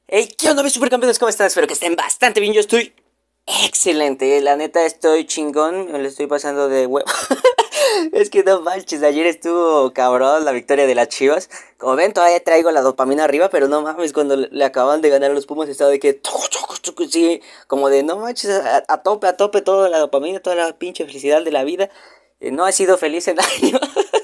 Hey, ¿qué onda, mis supercampeones? ¿Cómo están? Espero que estén bastante bien. Yo estoy excelente. La neta, estoy chingón. Me lo estoy pasando de huevo. Es que no manches, ayer estuvo cabrón la victoria de las Chivas. Como ven, todavía traigo la dopamina arriba, pero no mames, cuando le acaban de ganar a los Pumas estaba de que... Sí, como de no manches, a tope toda la dopamina, toda la pinche felicidad de la vida. No he sido feliz en años.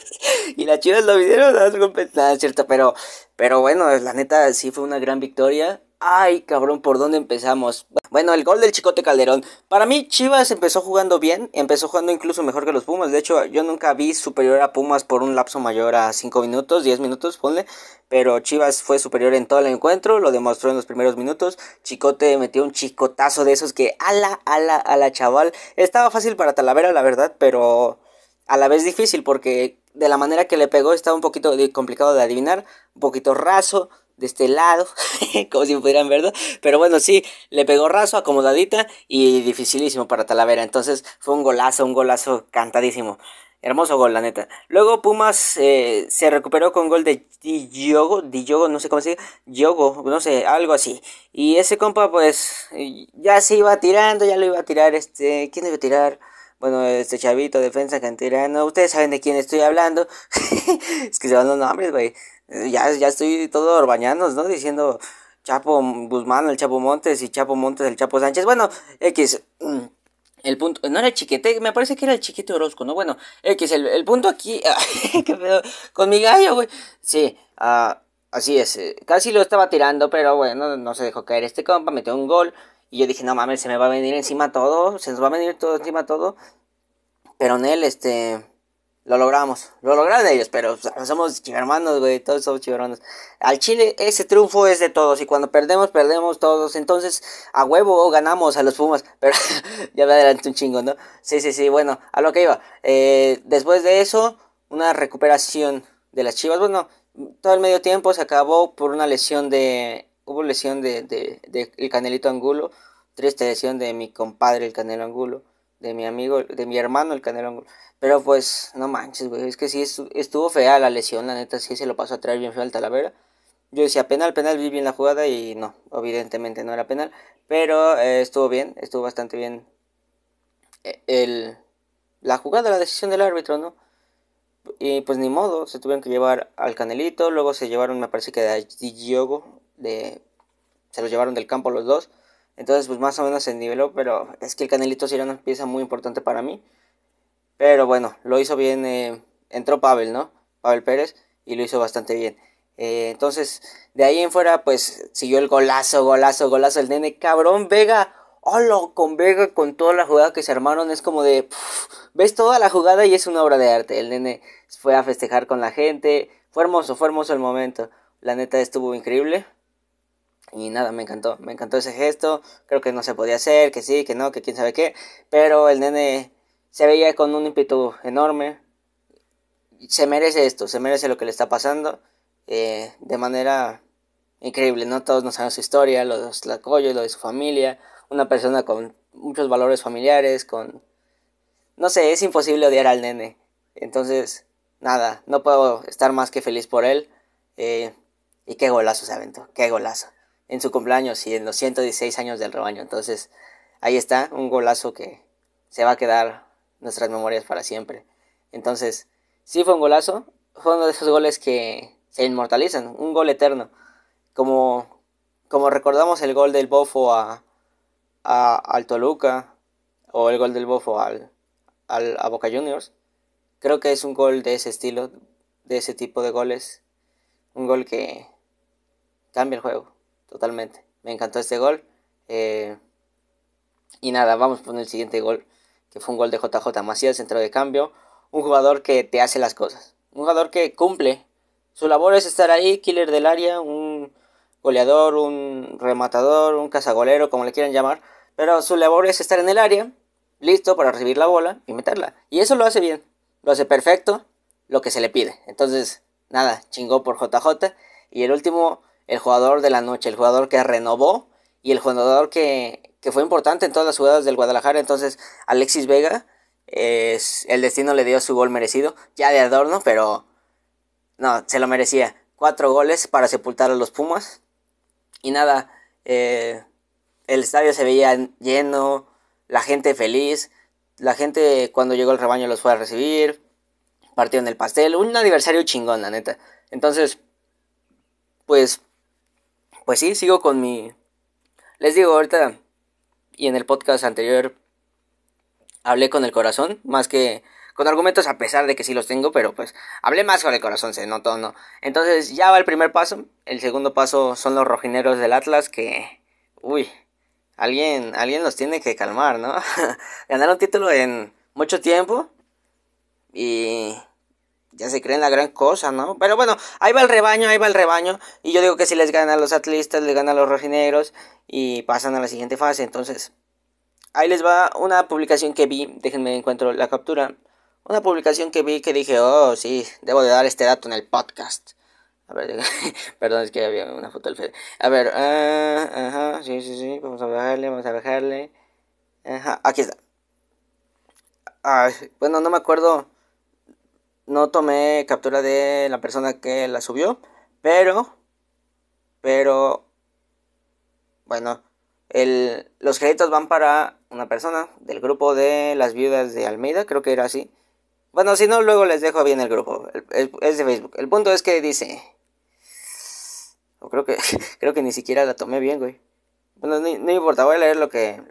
Y las Chivas lo vieron, nada, es cierto, pero bueno, la neta sí fue una gran victoria. Ay, cabrón, ¿por dónde empezamos? Bueno, el gol del Chicote Calderón. Para mí, Chivas empezó jugando bien, empezó jugando incluso mejor que los Pumas. De hecho, yo nunca vi superior a Pumas por un lapso mayor a 5 minutos, 10 minutos, ponle. Pero Chivas fue superior en todo el encuentro, lo demostró en los primeros minutos. Chicote metió un chicotazo de esos que ala, chaval. Estaba fácil para Talavera, la verdad, pero a la vez difícil porque de la manera que le pegó estaba un poquito complicado de adivinar, un poquito raso de este lado, como si pudieran verlo, pero bueno, sí, le pegó raso, acomodadita y dificilísimo para Talavera, entonces fue un golazo cantadísimo. Hermoso gol, la neta. Luego Pumas se recuperó con gol de Diogo, no sé cómo se dice, Diogo, no sé, algo así. Y ese compa, pues, ya se iba tirando, ya lo iba a tirar, ¿quién iba a tirar? Bueno, este chavito, defensa canterano, ustedes saben de quién estoy hablando. Es que se van los nombres, güey. Ya estoy todo orbañanos, ¿no? Diciendo Chapo Guzmán, el Chapo Montes y Chapo Montes, el Chapo Sánchez. Bueno, X. El punto, no era el Chiquete, me parece que era el Chiquete Orozco, ¿no? Bueno, X, el punto aquí, qué pedo, con mi gallo, güey. Sí, así es, casi lo estaba tirando, pero bueno, no se dejó caer este compa, metió un gol. Y yo dije, no mames, se me va a venir encima todo, se nos va a venir todo encima todo. Pero en él, lo logramos. Lo lograron ellos, pero somos chivermanos, güey. Todos somos chivermanos. Al Chile, ese triunfo es de todos. Y cuando perdemos, perdemos todos. Entonces, a huevo ganamos a los Pumas. Pero ya me adelanté un chingo, ¿no? Sí. Bueno, a lo que iba. Después de eso, una recuperación de las Chivas. Bueno, todo el medio tiempo se acabó por una lesión de. Hubo lesión de el Canelito Angulo. Triste lesión de mi compadre, el Canelo Angulo. De mi amigo, de mi hermano, el Canelo Angulo. Pero pues, no manches, güey. Es que sí estuvo fea la lesión, la neta, sí se lo pasó a traer bien feo al Talavera. Yo decía penal, vi bien la jugada y no, evidentemente no era penal. Pero estuvo bien, estuvo bastante bien el, la jugada, la decisión del árbitro, ¿no? Y pues ni modo, se tuvieron que llevar al Canelito, luego se llevaron, me parece que de Diogo, se los llevaron del campo los dos. Entonces, pues más o menos se niveló, pero es que el Canelito sí era una pieza muy importante para mí. Pero bueno, lo hizo bien, entró Pavel, ¿no? Pavel Pérez, y lo hizo bastante bien. Entonces, de ahí en fuera, pues siguió el golazo, el nene, cabrón, Vega. Hola, con Vega, con toda la jugada que se armaron, es como de, ves toda la jugada y es una obra de arte. El nene fue a festejar con la gente, fue hermoso el momento. La neta estuvo increíble. Y nada, me encantó ese gesto. Creo que no se podía hacer, que sí, que no, que quién sabe qué. Pero el nene se veía con un ímpetu enorme. Se merece esto, se merece lo que le está pasando. De manera increíble, ¿no? Todos nos saben su historia, lo de Tlacoyo, lo de su familia. Una persona con muchos valores familiares, con... No sé, es imposible odiar al nene. Entonces, nada, no puedo estar más que feliz por él. Eh, y qué golazo se aventó, qué golazo. En su cumpleaños y en los 116 años del rebaño. Entonces, ahí está, un golazo que se va a quedar en nuestras memorias para siempre. Entonces, sí fue un golazo, fue uno de esos goles que se inmortalizan, un gol eterno. Como, como recordamos el gol del Bofo al Toluca, o el gol del Bofo a Boca Juniors. Creo que es un gol de ese estilo, de ese tipo de goles. Un gol que cambia el juego totalmente. Me encantó este gol. Eh, y nada, vamos con el siguiente gol, que fue un gol de JJ Macías, centro de cambio. Un jugador que te hace las cosas. Un jugador que cumple. Su labor es estar ahí, killer del área, un goleador, un rematador, un cazagolero, como le quieran llamar. Pero su labor es estar en el área, listo para recibir la bola y meterla. Y eso lo hace bien. Lo hace perfecto, lo que se le pide. Entonces, nada, chingó por JJ. Y el último, el jugador de la noche, el jugador que renovó y el jugador que fue importante en todas las jugadas del Guadalajara. Entonces, Alexis Vega, el destino le dio su gol merecido, ya de adorno, pero no, se lo merecía. 4 goles para sepultar a los Pumas. Y nada, el estadio se veía lleno, la gente feliz, la gente cuando llegó el rebaño los fue a recibir, partieron el pastel, un aniversario chingón, la neta. Entonces, pues, pues sí, sigo con mi... Les digo ahorita, y en el podcast anterior hablé con el corazón, más que con argumentos, a pesar de que sí los tengo, pero pues hablé más con el corazón, se notó, ¿no? Entonces ya va el primer paso. El segundo paso son los rojineros del Atlas que, uy, alguien los tiene que calmar, ¿no? Ganaron título en mucho tiempo y ya se creen la gran cosa, ¿no? Pero bueno, ahí va el rebaño, ahí va el rebaño. Y yo digo que si les gana a los atlistas, les gana a los rojinegros y pasan a la siguiente fase. Entonces, ahí les va una publicación que vi, déjenme encuentro la captura. Una publicación que vi que dije, oh, sí, debo de dar este dato en el podcast. A ver, perdón, es que había una foto del Fede. A ver, ajá, sí, vamos a bajarle. Ajá, aquí está. Ay, bueno, no me acuerdo, no tomé captura de la persona que la subió, pero, pero, bueno, los créditos van para una persona del grupo de las viudas de Almeida, creo que era así. Bueno, si no, luego les dejo bien el grupo. Es de Facebook. El punto es que dice. O creo que. Creo que ni siquiera la tomé bien, güey. Bueno, no importa, voy a leer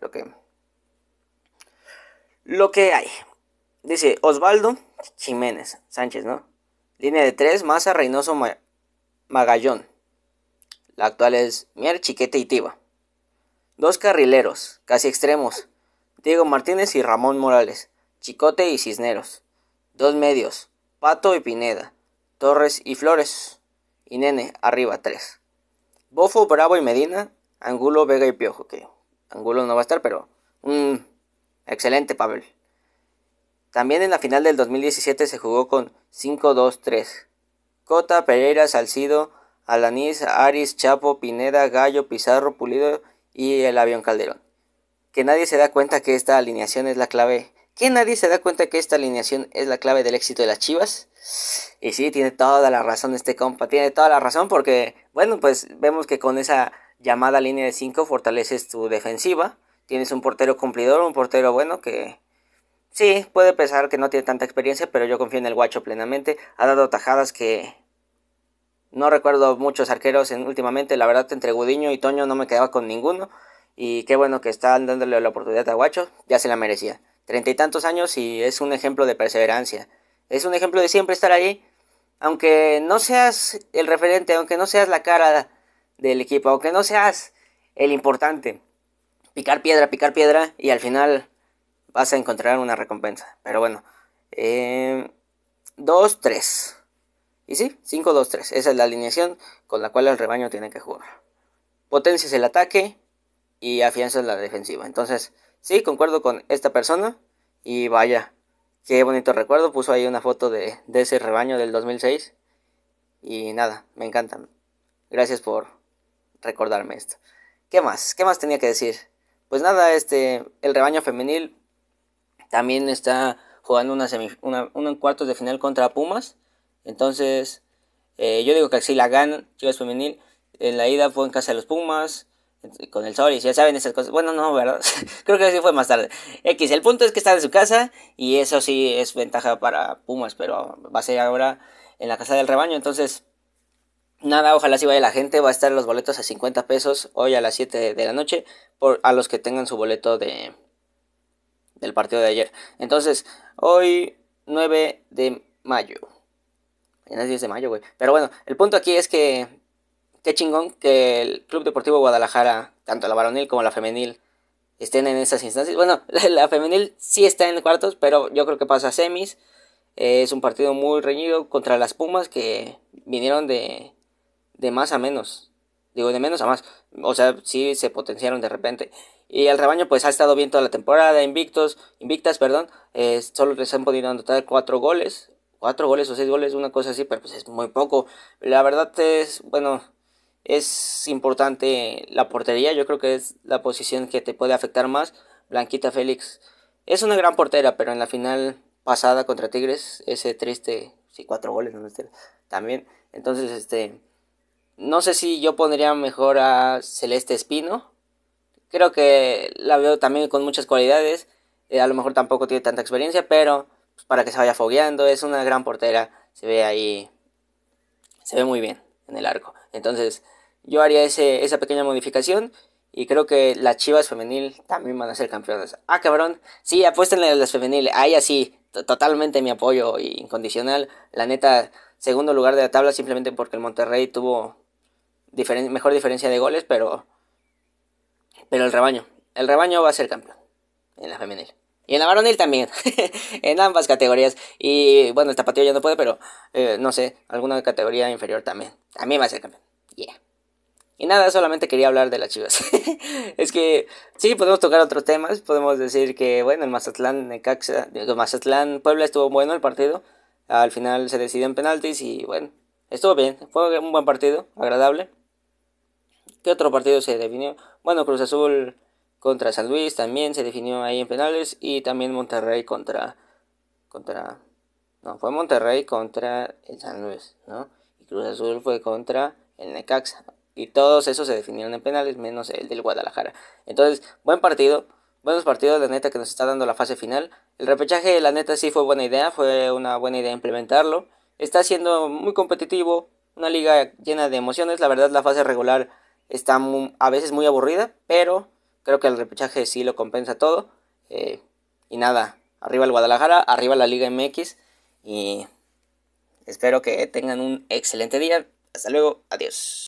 lo que hay. Dice Osvaldo Jiménez Sánchez, ¿no? Línea de 3, Maza, Reynoso, Magallón. La actual es Mier, Chiquete y Tiva. Dos carrileros, casi extremos. Diego Martínez y Ramón Morales. Chicote y Cisneros. Dos medios, Pato y Pineda. Torres y Flores. Y Nene, arriba 3. Bofo, Bravo y Medina. Angulo, Vega y Piojo. Que Angulo no va a estar, pero excelente papel. También en la final del 2017 se jugó con 5-2-3. Cota, Pereira, Salcido, Alanís, Aris, Chapo, Pineda, Gallo, Pizarro, Pulido y el Avión Calderón. Que nadie se da cuenta que esta alineación es la clave. Que nadie se da cuenta que esta alineación es la clave del éxito de las Chivas. Y sí, tiene toda la razón este compa. Tiene toda la razón porque, bueno, pues vemos que con esa llamada línea de 5 fortaleces tu defensiva. Tienes un portero cumplidor, un portero bueno que... Sí, puede pesar que no tiene tanta experiencia, pero yo confío en el guacho plenamente. Ha dado tajadas que no recuerdo muchos arqueros últimamente. La verdad, entre Gudiño y Toño no me quedaba con ninguno. Y qué bueno que están dándole la oportunidad a Guacho. Ya se la merecía. 30 y tantos años y es un ejemplo de perseverancia. Es un ejemplo de siempre estar ahí. Aunque no seas el referente, aunque no seas la cara del equipo, aunque no seas el importante. Picar piedra y al final vas a encontrar una recompensa. Pero bueno. 2-3. Y sí, 5-2-3. Esa es la alineación con la cual el rebaño tiene que jugar. Potencias el ataque y afianzas la defensiva. Entonces, sí, concuerdo con esta persona. Y vaya, qué bonito recuerdo. Puso ahí una foto de ese rebaño del 2006. Y nada, me encantan. Gracias por recordarme esto. ¿Qué más? ¿Qué más tenía que decir? Pues nada, el rebaño femenil también está jugando una cuartos de final contra Pumas. Entonces, yo digo que si la ganan, Chivas femenil. En la ida fue en casa de los Pumas, con el Sol, y ya saben esas cosas. Bueno, no, ¿verdad? Creo que sí fue más tarde. X, el punto es que está en su casa, y eso sí es ventaja para Pumas, pero va a ser ahora en la casa del rebaño. Entonces, nada, ojalá sí vaya la gente. Va a estar los boletos a 50 pesos hoy a las 7 de la noche, a los que tengan su boleto del partido de ayer. Entonces, hoy 9 de mayo. Mañana es 10 de mayo, güey. Pero bueno, el punto aquí es que qué chingón que el Club Deportivo Guadalajara, tanto la varonil como la femenil, estén en esas instancias. Bueno, la femenil sí está en cuartos, pero yo creo que pasa a semis. Es un partido muy reñido contra las Pumas que vinieron de más a menos. Digo, de menos a más. O sea, sí se potenciaron de repente. Y el rebaño pues ha estado bien toda la temporada, invictas, perdón. Solo les han podido anotar 4 goles. 4 goles o 6 goles, una cosa así, pero pues es muy poco. La verdad es, bueno, es importante la portería. Yo creo que es la posición que te puede afectar más. Blanquita Félix es una gran portera, pero en la final pasada contra Tigres, ese triste, sí, 4 goles, no también. Entonces, No sé si yo pondría mejor a Celeste Espino. Creo que la veo también con muchas cualidades. A lo mejor tampoco tiene tanta experiencia, pero pues, para que se vaya fogueando, es una gran portera. Se ve ahí, se ve muy bien en el arco. Entonces, yo haría esa pequeña modificación. Y creo que las Chivas femenil también van a ser campeonas. Ah, cabrón. Sí, apuéstenle a las femenil. Ahí así, totalmente mi apoyo incondicional. La neta, segundo lugar de la tabla simplemente porque el Monterrey tuvo mejor diferencia de goles, pero el rebaño va a ser campeón en la femenil. Y en la varonil también, en ambas categorías. Y bueno, el tapatío ya no puede, pero no sé, alguna categoría inferior también va a ser campeón. Yeah. Y nada, solamente quería hablar de las Chivas. Es que sí, podemos tocar otros temas. Podemos decir que, bueno, el Mazatlán, Necaxa, digo, Mazatlán, Puebla estuvo bueno el partido. Al final se decidió en penaltis y bueno, estuvo bien. Fue un buen partido, agradable. ¿Qué otro partido se definió? Bueno, Cruz Azul contra San Luis también se definió ahí en penales. Y también Monterrey contra... No, fue Monterrey contra el San Luis, ¿no? Y Cruz Azul fue contra el Necaxa. Y todos esos se definieron en penales, menos el del Guadalajara. Entonces, buen partido. Buenos partidos, la neta, que nos está dando la fase final. El repechaje, la neta, sí fue buena idea. Fue una buena idea implementarlo. Está siendo muy competitivo. Una liga llena de emociones. La verdad, la fase regular está a veces muy aburrida. Pero creo que el repechaje sí lo compensa todo. Y nada, arriba el Guadalajara, arriba la Liga MX. Y espero que tengan un excelente día. Hasta luego. Adiós.